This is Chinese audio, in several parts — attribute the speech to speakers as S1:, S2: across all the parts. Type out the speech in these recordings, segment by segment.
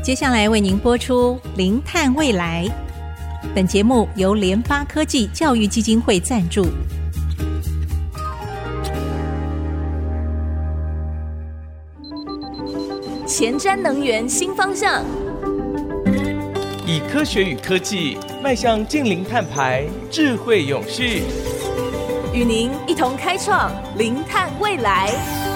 S1: 接下来为您播出零碳未来。本节目由联发科技教育基金会赞助。
S2: 前瞻能源新方向，
S3: 以科学与科技迈向净零碳排，智慧永续，
S2: 与您一同开创零碳未来。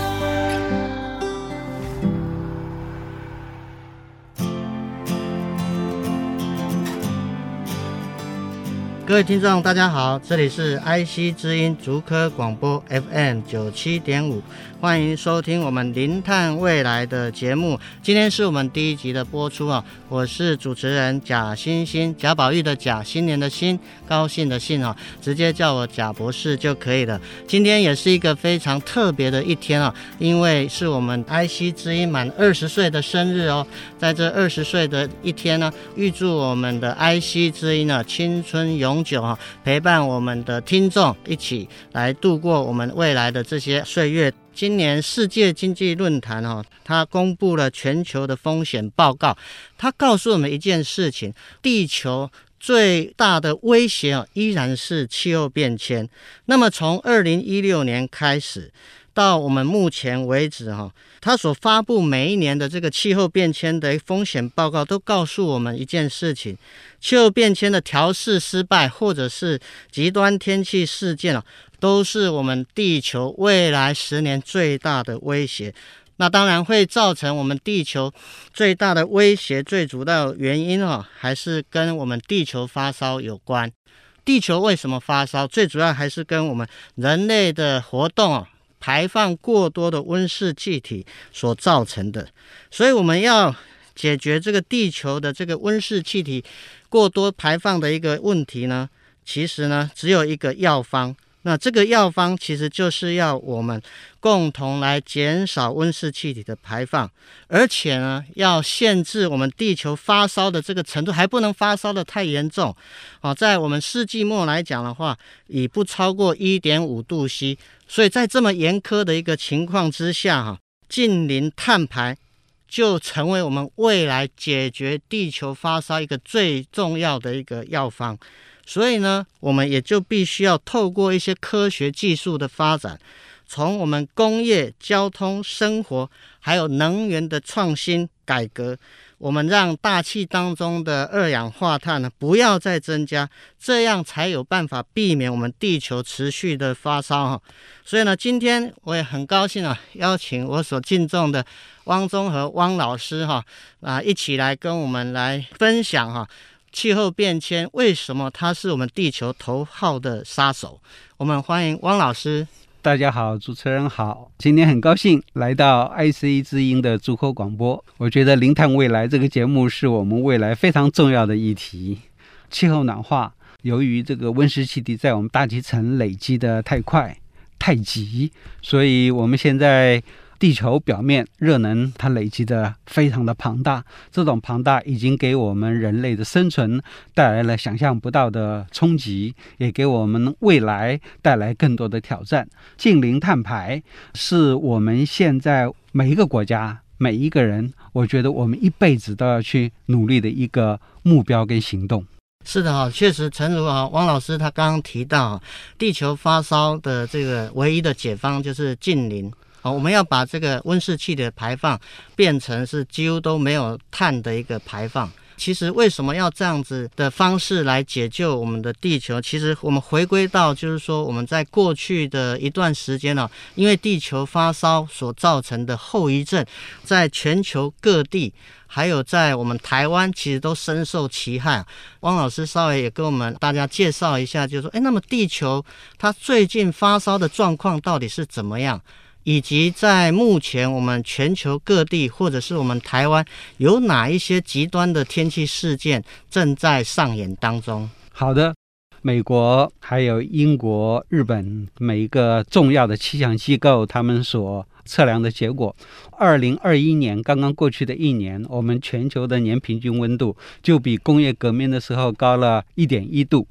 S4: 各位听众大家好，这里是 IC 之音竹科广播 FM 97.5，欢迎收听我们零碳未来的节目。今天是我们第一集的播出啊，我是主持人贾欣欣，贾宝玉的贾，新年的新，高兴的兴啊，直接叫我贾博士就可以了。今天也是一个非常特别的一天啊，因为是我们 IC 之音满20岁的生日哦。在这20岁的一天呢，预祝我们的 IC 之音呢青春永久啊，陪伴我们的听众一起来度过我们未来的这些岁月。今年世界经济论坛它公布了全球的风险报告，它告诉我们一件事情，地球最大的威胁依然是气候变迁。那么从2016年开始到我们目前为止他所发布每一年的这个气候变迁的风险报告都告诉我们一件事情，气候变迁的调适失败或者是极端天气事件都是我们地球未来10年最大的威胁。那当然会造成我们地球最大的威胁，最主要的原因还是跟我们地球发烧有关。地球为什么发烧？最主要还是跟我们人类的活动排放过多的温室气体所造成的。所以我们要解决这个地球的这个温室气体过多排放的一个问题呢，其实呢只有一个药方。那这个药方其实就是要我们共同来减少温室气体的排放，而且呢要限制我们地球发烧的这个程度，还不能发烧的太严重在我们世纪末来讲的话，以不超过 1.5 度 C。 所以在这么严苛的一个情况之下净零碳排就成为我们未来解决地球发烧一个最重要的一个药方。所以呢，我们也就必须要透过一些科学技术的发展，从我们工业、交通、生活还有能源的创新改革，我们让大气当中的二氧化碳不要再增加，这样才有办法避免我们地球持续的发烧所以呢，今天我也很高兴邀请我所敬重的汪宗和汪老师一起来跟我们来分享气候变迁为什么它是我们地球头号的杀手。我们欢迎汪老师。
S5: 大家好，主持人好，今天很高兴来到 IC 之音的竹科广播。我觉得零碳未来这个节目是我们未来非常重要的议题。气候暖化，由于这个温室气体在我们大气层累积的太快太急，所以我们现在地球表面热能它累积的非常的庞大，这种庞大已经给我们人类的生存带来了想象不到的冲击，也给我们未来带来更多的挑战。净零碳排是我们现在每一个国家每一个人，我觉得我们一辈子都要去努力的一个目标跟行动。
S4: 是的确实诚如汪老师他刚刚提到地球发烧的这个唯一的解方就是净零我们要把这个温室气体的排放变成是几乎都没有碳的一个排放。其实为什么要这样子的方式来解救我们的地球？其实我们回归到就是说我们在过去的一段时间因为地球发烧所造成的后遗症，在全球各地还有在我们台湾其实都深受其害。汪老师稍微也跟我们大家介绍一下，就是说那么地球它最近发烧的状况到底是怎么样，以及在目前我们全球各地或者是我们台湾有哪一些极端的天气事件正在上演当中。
S5: 好的，美国还有英国、日本每一个重要的气象机构他们所测量的结果，2021年刚刚过去的一年，我们全球的年平均温度就比工业革命的时候高了1.1度。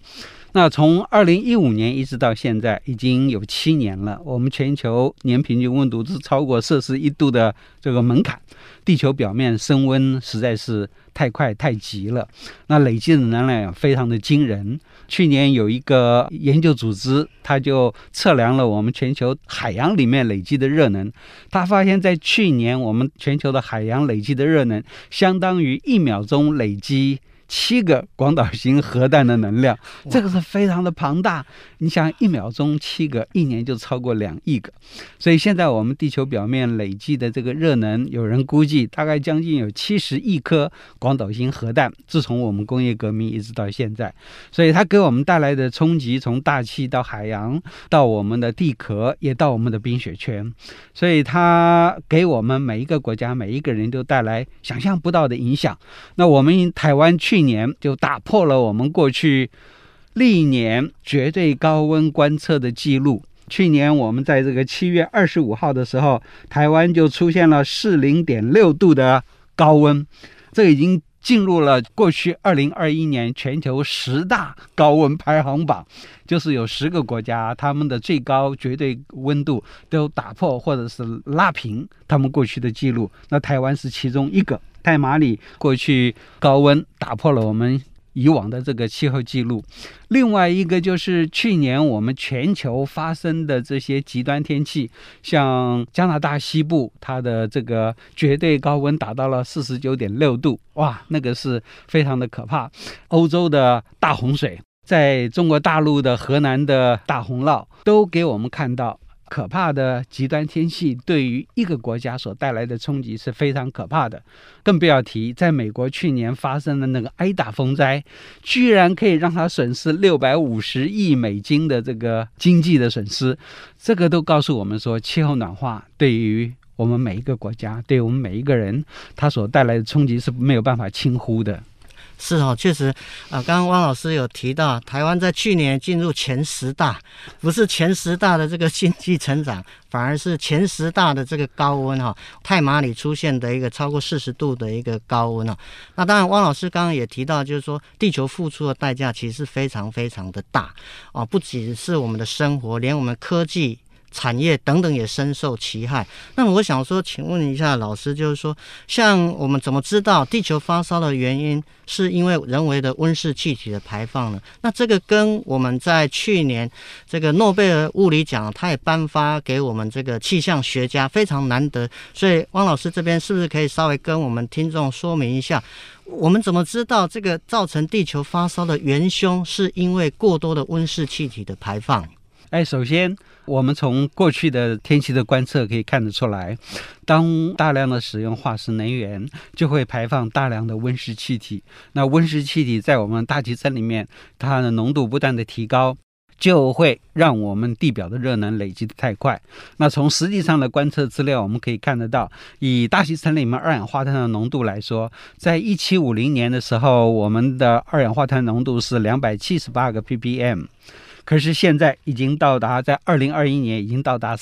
S5: 那从2015年一直到现在已经有7年了，我们全球年平均温度是超过摄氏1度的这个门槛，地球表面升温实在是太快太急了，那累积的能量非常的惊人。去年有一个研究组织，它就测量了我们全球海洋里面累积的热能，它发现在去年我们全球的海洋累积的热能相当于1秒钟累积7个广岛型核弹的能量，这个是非常的庞大。你想1秒钟7个，一年就超过2亿个。所以现在我们地球表面累积的这个热能，有人估计大概将近有70亿颗广岛型核弹，自从我们工业革命一直到现在。所以它给我们带来的冲击，从大气到海洋，到我们的地壳，也到我们的冰雪圈。所以它给我们每一个国家每一个人都带来想象不到的影响。那我们台湾去年就打破了我们过去历年绝对高温观测的记录。去年我们在这个7月25号的时候，台湾就出现了40.6度的高温，这已经进入了过去2021年全球10大高温排行榜，就是有10个国家他们的最高绝对温度都打破或者是拉平他们过去的记录，那台湾是其中一个。太麻里过去高温打破了我们以往的这个气候记录。另外一个就是去年我们全球发生的这些极端天气，像加拿大西部它的这个绝对高温达到了49.6度，哇，那个是非常的可怕。欧洲的大洪水，在中国大陆的河南的大洪涝，都给我们看到可怕的极端天气对于一个国家所带来的冲击是非常可怕的。更不要提在美国去年发生的那个艾达风灾，居然可以让它损失650亿美金的这个经济的损失。这个都告诉我们说，气候暖化对于我们每一个国家，对我们每一个人，它所带来的冲击是没有办法轻忽的。
S4: 是哦，确实刚刚汪老师有提到，台湾在去年进入前10大，不是前10大的这个经济成长，反而是前10大的这个高温太麻里出现的一个超过40度的一个高温那当然汪老师刚刚也提到，就是说地球付出的代价其实是非常非常的大不仅是我们的生活，连我们科技产业等等也深受其害。那么我想说，请问一下老师，就是说像我们怎么知道地球发烧的原因是因为人为的温室气体的排放呢？那这个跟我们在去年这个诺贝尔物理奖，他也颁发给我们这个气象学家，非常难得。所以汪老师这边是不是可以稍微跟我们听众说明一下，我们怎么知道这个造成地球发烧的元凶是因为过多的温室气体的排放？
S5: 首先我们从过去的天气的观测可以看得出来，当大量的使用化石能源，就会排放大量的温室气体。那温室气体在我们大气层里面，它的浓度不断的提高，就会让我们地表的热能累积的太快。那从实际上的观测资料我们可以看得到，以大气层里面二氧化碳的浓度来说，在1750年的时候，我们的二氧化碳浓度是278个 ppm，可是现在已经到达，在2021年已经到达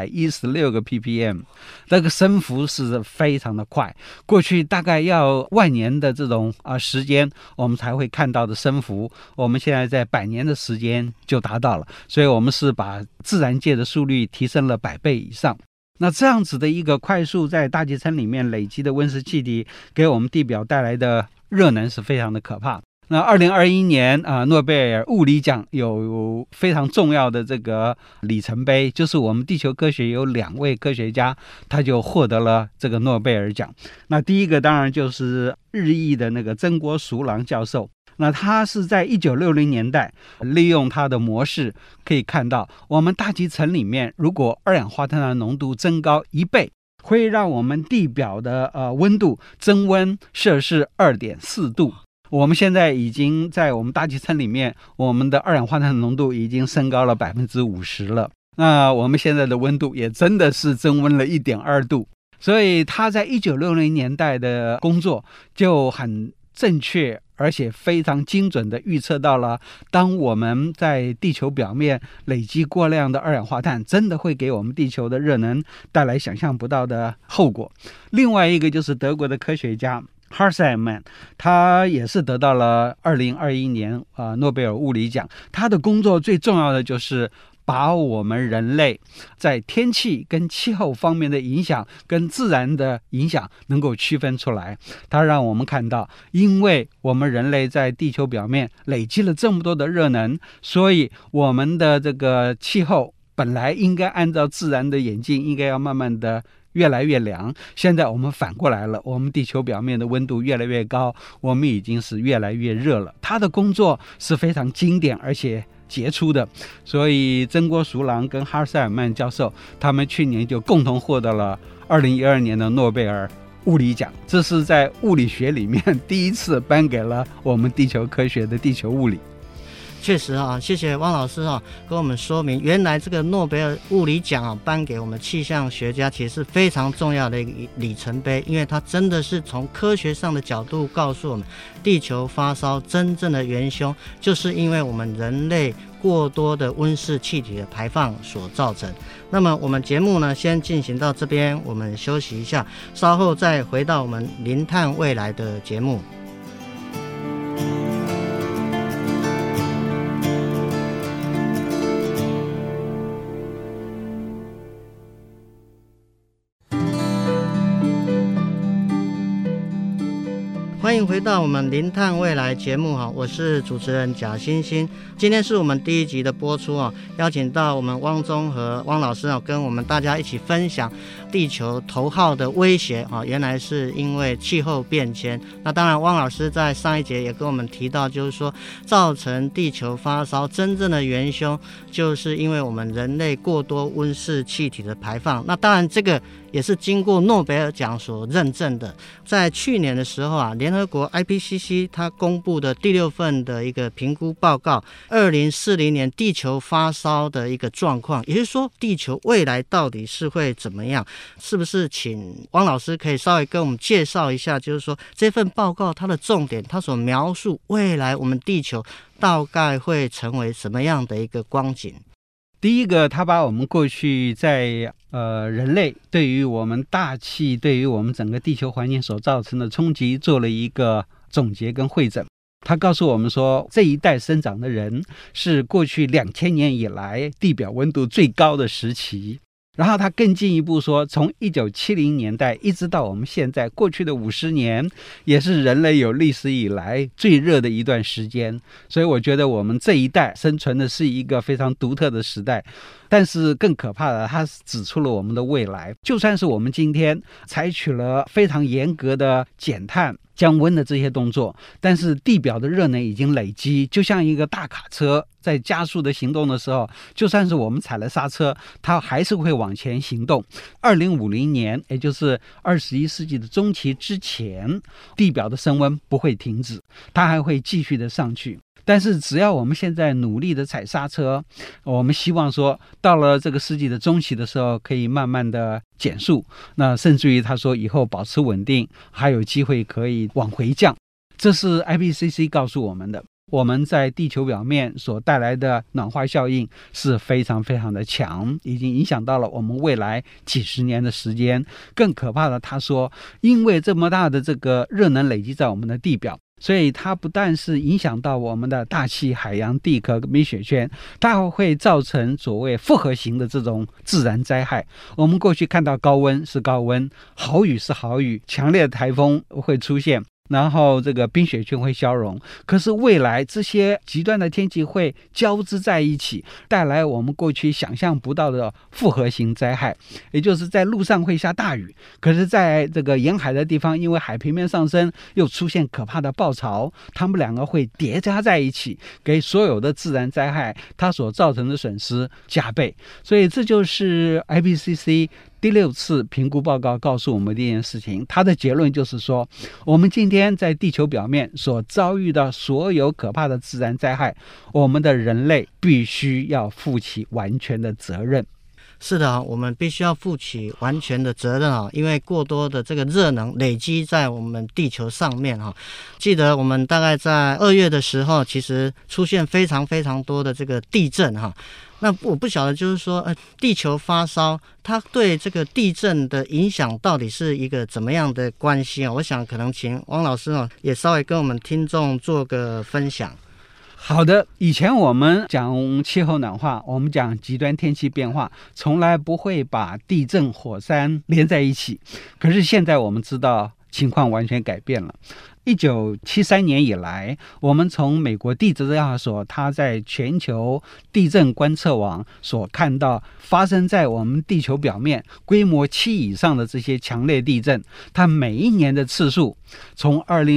S5: 416个 ppm， 这个升幅是非常的快。过去大概要万年的这种时间，我们才会看到的升幅，我们现在在100年的时间就达到了，所以我们是把自然界的速率提升了100倍以上。那这样子的一个快速在大气层里面累积的温室气体，给我们地表带来的热能是非常的可怕。那2021年诺贝尔物理奖有非常重要的这个里程碑，就是我们地球科学有2位科学家，他就获得了这个诺贝尔奖。那第一个当然就是日裔的那个真锅淑郎教授，那他是在1960年代利用他的模式，可以看到我们大气层里面如果二氧化碳的浓度增高1倍，会让我们地表的温度增温摄氏2.4度。我们现在已经在我们大气层里面，我们的二氧化碳浓度已经升高了50%了。那我们现在的温度也真的是增温了1.2度。所以他在1960年代的工作就很正确，而且非常精准地预测到了，当我们在地球表面累积过量的二氧化碳，真的会给我们地球的热能带来想象不到的后果。另外一个就是德国的科学家哈塞尔曼，他也是得到了2021年诺贝尔物理奖。他的工作最重要的就是把我们人类在天气跟气候方面的影响跟自然的影响能够区分出来。它让我们看到，因为我们人类在地球表面累积了这么多的热能，所以我们的这个气候本来应该按照自然的演进，应该要慢慢的越来越凉。现在我们反过来了，我们地球表面的温度越来越高，我们已经是越来越热了。他的工作是非常经典而且杰出的，所以真锅淑郎跟哈塞尔曼教授他们去年就共同获得了2012年的诺贝尔物理奖，这是在物理学里面第一次颁给了我们地球科学的地球物理。
S4: 确实谢谢汪老师跟我们说明，原来这个诺贝尔物理奖颁给我们气象学家，其实是非常重要的一个里程碑，因为它真的是从科学上的角度告诉我们，地球发烧真正的元凶就是因为我们人类过多的温室气体的排放所造成。那么我们节目呢，先进行到这边，我们休息一下，稍后再回到我们零碳未来的节目。欢迎回到我们零碳未来节目我是主持人贾欣欣。今天是我们第一集的播出邀请到我们汪中和汪老师跟我们大家一起分享地球头号的威胁原来是因为气候变迁。那当然汪老师在上一节也跟我们提到，就是说造成地球发烧真正的元凶就是因为我们人类过多温室气体的排放。那当然这个也是经过诺贝尔奖所认证的。在去年的时候联合国 IPCC 它公布的第6份的一个评估报告，2040年地球发烧的一个状况，也就是说地球未来到底是会怎么样。是不是请汪老师可以稍微跟我们介绍一下，就是说这份报告它的重点，它所描述未来我们地球大概会成为什么样的一个光景？
S5: 第一个，他把我们过去在人类对于我们大气、对于我们整个地球环境所造成的冲击做了一个总结跟汇整。他告诉我们说，这一代生长的人是过去2000年以来地表温度最高的时期。然后他更进一步说，从1970年代一直到我们现在过去的50年，也是人类有历史以来最热的一段时间。所以我觉得我们这一代生存的是一个非常独特的时代。但是更可怕的，它指出了我们的未来。就算是我们今天采取了非常严格的减碳降温的这些动作，但是地表的热能已经累积，就像一个大卡车在加速的行动的时候，就算是我们踩了刹车，它还是会往前行动。2050年，也就是21世纪的中期之前，地表的升温不会停止，它还会继续的上去。但是只要我们现在努力的踩刹车，我们希望说到了这个世纪的中期的时候可以慢慢的减速，那甚至于他说以后保持稳定，还有机会可以往回降。这是 IPCC 告诉我们的。我们在地球表面所带来的暖化效应是非常非常的强，已经影响到了我们未来几十年的时间。更可怕的，他说因为这么大的这个热能累积在我们的地表，所以它不但是影响到我们的大气、海洋、地壳、冰雪圈，它会造成所谓复合型的这种自然灾害。我们过去看到高温是高温，豪雨是豪雨，强烈的台风会出现，然后这个冰雪圈会消融。可是未来这些极端的天气会交织在一起，带来我们过去想象不到的复合型灾害。也就是在陆上会下大雨，可是在这个沿海的地方，因为海平面上升又出现可怕的暴潮，它们两个会叠加在一起，给所有的自然灾害它所造成的损失加倍。所以这就是 IPCC第6次评估报告告诉我们的一件事情。它的结论就是说，我们今天在地球表面所遭遇的所有可怕的自然灾害，我们的人类必须要负起完全的责任。
S4: 是的，我们必须要负起完全的责任，因为过多的这个热能累积在我们地球上面。记得我们大概在2月的时候，其实出现非常非常多的这个地震。那我不晓得就是说地球发烧它对这个地震的影响到底是一个怎么样的关系。我想可能请汪老师也稍微跟我们听众做个分享。
S5: 好的，以前我们讲气候暖化，我们讲极端天气变化，从来不会把地震、火山连在一起。可是现在我们知道情况完全改变了。1973年以来，我们从美国地质调查所它在全球地震观测网所看到发生在我们地球表面规模7以上的这些强烈地震，它每一年的次数从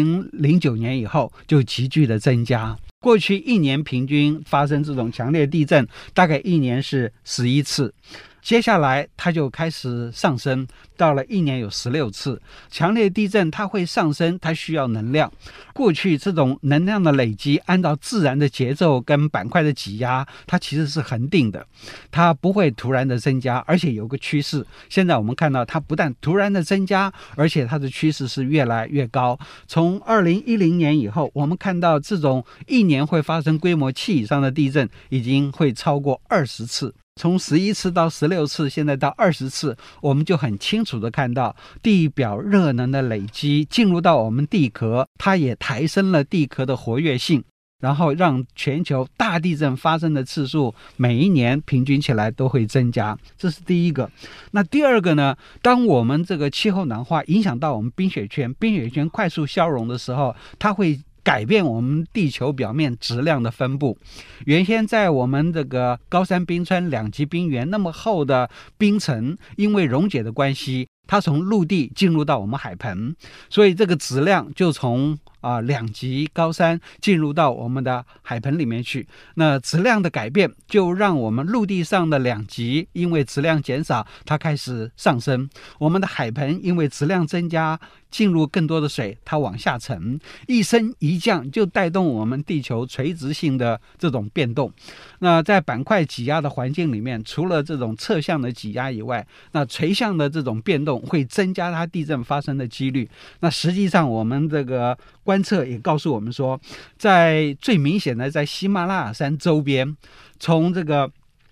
S5: 2009年以后就急剧的增加。过去1年平均发生这种强烈地震大概1年是11次，接下来它就开始上升，到了1年有16次。强烈地震它会上升，它需要能量。过去这种能量的累积，按照自然的节奏跟板块的挤压，它其实是恒定的，它不会突然的增加，而且有个趋势。现在我们看到它不但突然的增加，而且它的趋势是越来越高。从2010年以后，我们看到这种1年会发生规模7以上的地震，已经会超过20次。从11次到16次，现在到20次，我们就很清楚的看到地表热能的累积进入到我们地壳，它也抬升了地壳的活跃性，然后让全球大地震发生的次数每一年平均起来都会增加。这是第一个。那第二个呢，当我们这个气候暖化影响到我们冰雪圈快速消融的时候，它会改变我们地球表面质量的分布。原先在我们这个高山冰川2级冰原那么厚的冰层，因为溶解的关系，它从陆地进入到我们海盆，所以这个质量就从2级高山进入到我们的海盆里面去。那质量的改变就让我们陆地上的2级因为质量减少，它开始上升，我们的海盆因为质量增加，进入更多的水，它往下沉，一升一降就带动我们地球垂直性的这种变动。那在板块挤压的环境里面，除了这种侧向的挤压以外，那垂向的这种变动会增加它地震发生的几率。那实际上我们这个观测也告诉我们说，在最明显的在喜马拉雅山周边，从这个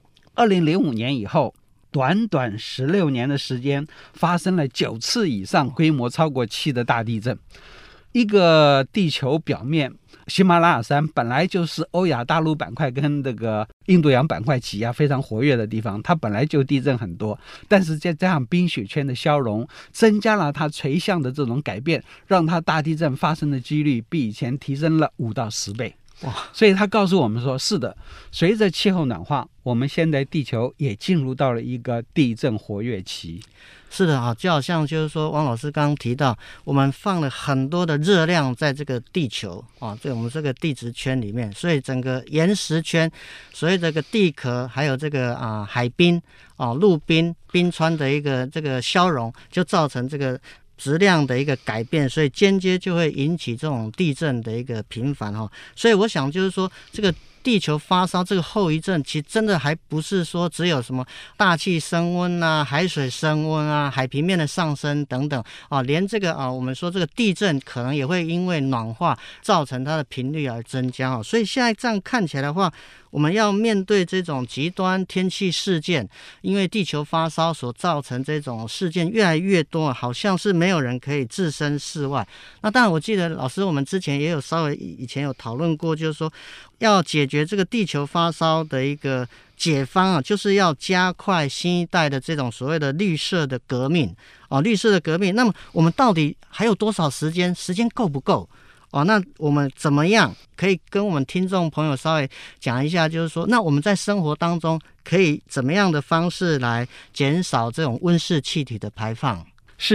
S5: 2005年以后，短短16年的时间发生了9次以上规模超过7的大地震。一个地球表面，喜马拉雅山本来就是欧亚大陆板块跟这个印度洋板块挤压非常活跃的地方，它本来就地震很多，但是再加上冰雪圈的消融，增加了它垂向的这种改变，让它大地震发生的几率比以前提升了5到10倍。所以他告诉我们说，是的，随着气候暖化，我们现在地球也进入到了一个地震活跃期。
S4: 是的，就好像就是说汪老师刚刚提到，我们放了很多的热量在这个地球在我们这个地质圈里面，所以整个岩石圈，所以这个地壳还有这个海冰陆冰冰川的一个这个消融，就造成这个质量的一个改变，所以间接就会引起这种地震的一个频繁。所以我想就是说，这个地球发烧这个后遗症，其实真的还不是说只有什么大气升温啊、海水升温啊、海平面的上升等等连这个我们说这个地震可能也会因为暖化造成它的频率而增加所以现在这样看起来的话，我们要面对这种极端天气事件，因为地球发烧所造成这种事件越来越多，好像是没有人可以置身事外。那当然我记得老师我们之前也有稍微以前有讨论过，就是说要解决这个地球发烧的一个解方就是要加快新一代的这种所谓的绿色的革命绿色的革命。那么我们到底还有多少时间够不够那我们怎么样可以跟我们听众朋友稍微讲一下，就是说那我们在生活当中可以怎么样的方式来减少这种温室气体的排放？
S5: 是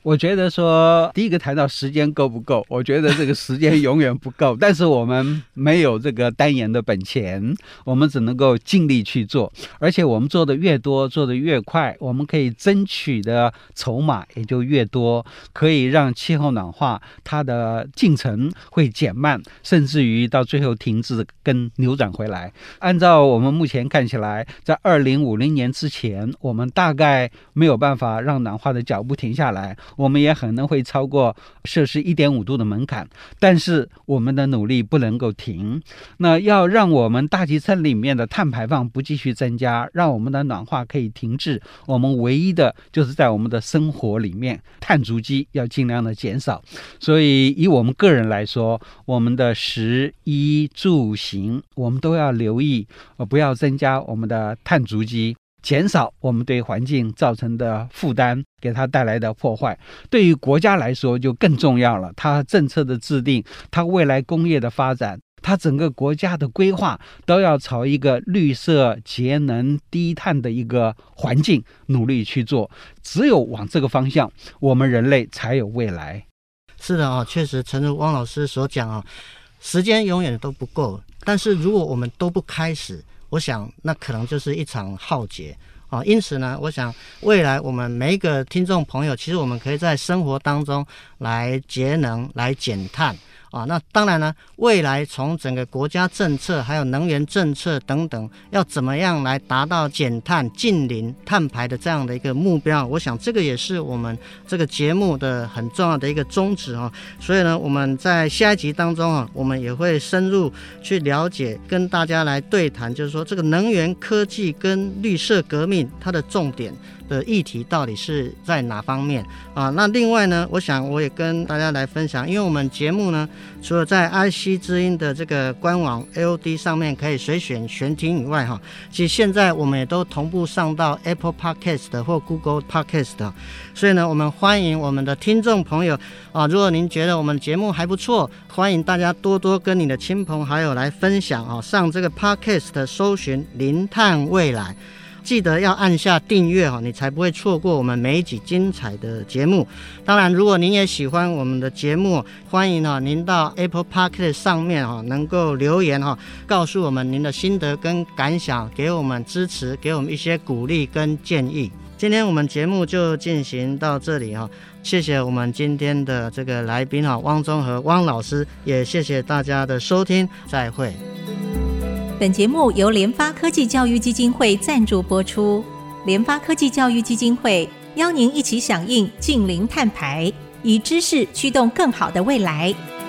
S5: 我觉得说第一个谈到时间够不够，我觉得这个时间永远不够，但是我们没有这个单眼的本钱，我们只能够尽力去做，而且我们做的越多，做的越快，我们可以争取的筹码也就越多，可以让气候暖化它的进程会减慢，甚至于到最后停滞跟扭转回来。按照我们目前看起来，在2050年之前，我们大概没有办法让暖化的脚步停下来，我们也可能会超过摄氏 1.5 度的门槛，但是我们的努力不能够停。那要让我们大气层里面的碳排放不继续增加，让我们的暖化可以停滞，我们唯一的就是在我们的生活里面碳足迹要尽量的减少。所以以我们个人来说，我们的食衣住行我们都要留意，不要增加我们的碳足迹，减少我们对环境造成的负担，给它带来的破坏。对于国家来说就更重要了，它政策的制定，它未来工业的发展，它整个国家的规划都要朝一个绿色节能低碳的一个环境努力去做，只有往这个方向，我们人类才有未来。
S4: 是的确实诚如汪老师所讲时间永远都不够，但是如果我们都不开始，我想那可能就是一场浩劫因此呢，我想未来我们每一个听众朋友，其实我们可以在生活当中来节能，来减碳那当然呢，未来从整个国家政策还有能源政策等等，要怎么样来达到减碳净零碳排的这样的一个目标，我想这个也是我们这个节目的很重要的一个宗旨所以呢，我们在下一集当中我们也会深入去了解，跟大家来对谈，就是说这个能源科技跟绿色革命它的重点的议题到底是在哪方面那另外呢，我想我也跟大家来分享，因为我们节目呢，除了在 IC 之音的这个官网 AOD 上面可以随选全听以外其实现在我们也都同步上到 Apple Podcast 或 Google Podcast 所以呢，我们欢迎我们的听众朋友如果您觉得我们节目还不错，欢迎大家多多跟你的亲朋好友来分享上这个 Podcast 搜寻零碳未来，记得要按下订阅你才不会错过我们每一集精彩的节目。当然如果您也喜欢我们的节目，欢迎您到 Apple Podcast 上面能够留言告诉我们您的心得跟感想，给我们支持，给我们一些鼓励跟建议。今天我们节目就进行到这里谢谢我们今天的这个来宾汪中和汪老师，也谢谢大家的收听，再会。
S1: 本节目由联发科技教育基金会赞助播出。联发科技教育基金会邀您一起响应净零碳排，以知识驱动更好的未来。